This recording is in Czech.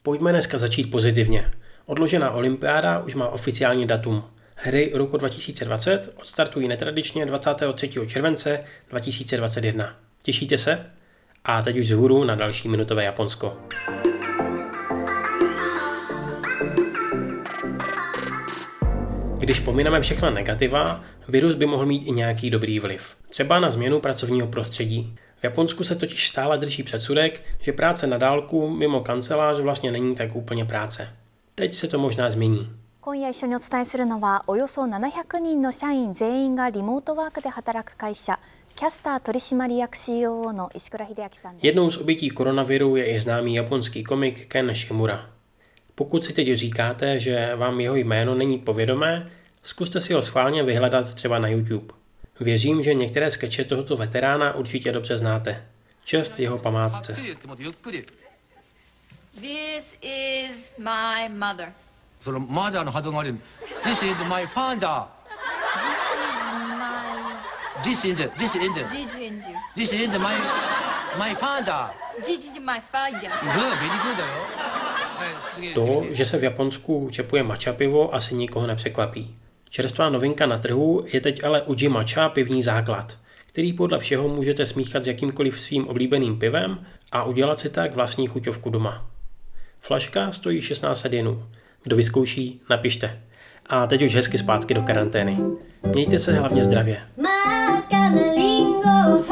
Pojďme dneska začít pozitivně. Odložená olympiáda už má oficiální datum. Hry roku 2020 odstartují netradičně 23. července 2021. Těšíte se? A teď už vzhůru na další minutové Japonsko. Když pomineme všechna negativa, virus by mohl mít i nějaký dobrý vliv. Třeba na změnu pracovního prostředí. V Japonsku se totiž stále drží předsudek, že práce na dálku mimo kancelář vlastně není tak úplně práce. Teď se to možná změní. 今夜一緒にお伝えするのはおよそ700人の社員全員がリモートワークで働く会社キャスター取締役 COO の石倉秀明さんです。 Jednou z obětí koronaviru je i známý japonský komik Ken Shimura. Pokud si teď říkáte, že vám jeho jméno není povědomé, zkuste si ho schválně vyhledat třeba na YouTube. Věřím, že některé skeče tohoto veterána určitě dobře znáte. Čest jeho památce. This is my mother. そのマザーの発音が悪い。This is my father. This is This is This is my father. This is my father. Good, very good だよ。 To, že se v Japonsku čepuje matcha pivo, asi nikoho nepřekvapí. Čerstvá novinka na trhu je teď ale Uji Matcha pivní základ, který podle všeho můžete smíchat s jakýmkoliv svým oblíbeným pivem a udělat si tak vlastní chuťovku doma. Flaška stojí 1600 jenů. Kdo vyzkouší, napište. A teď už hezky zpátky do karantény. Mějte se hlavně zdravě.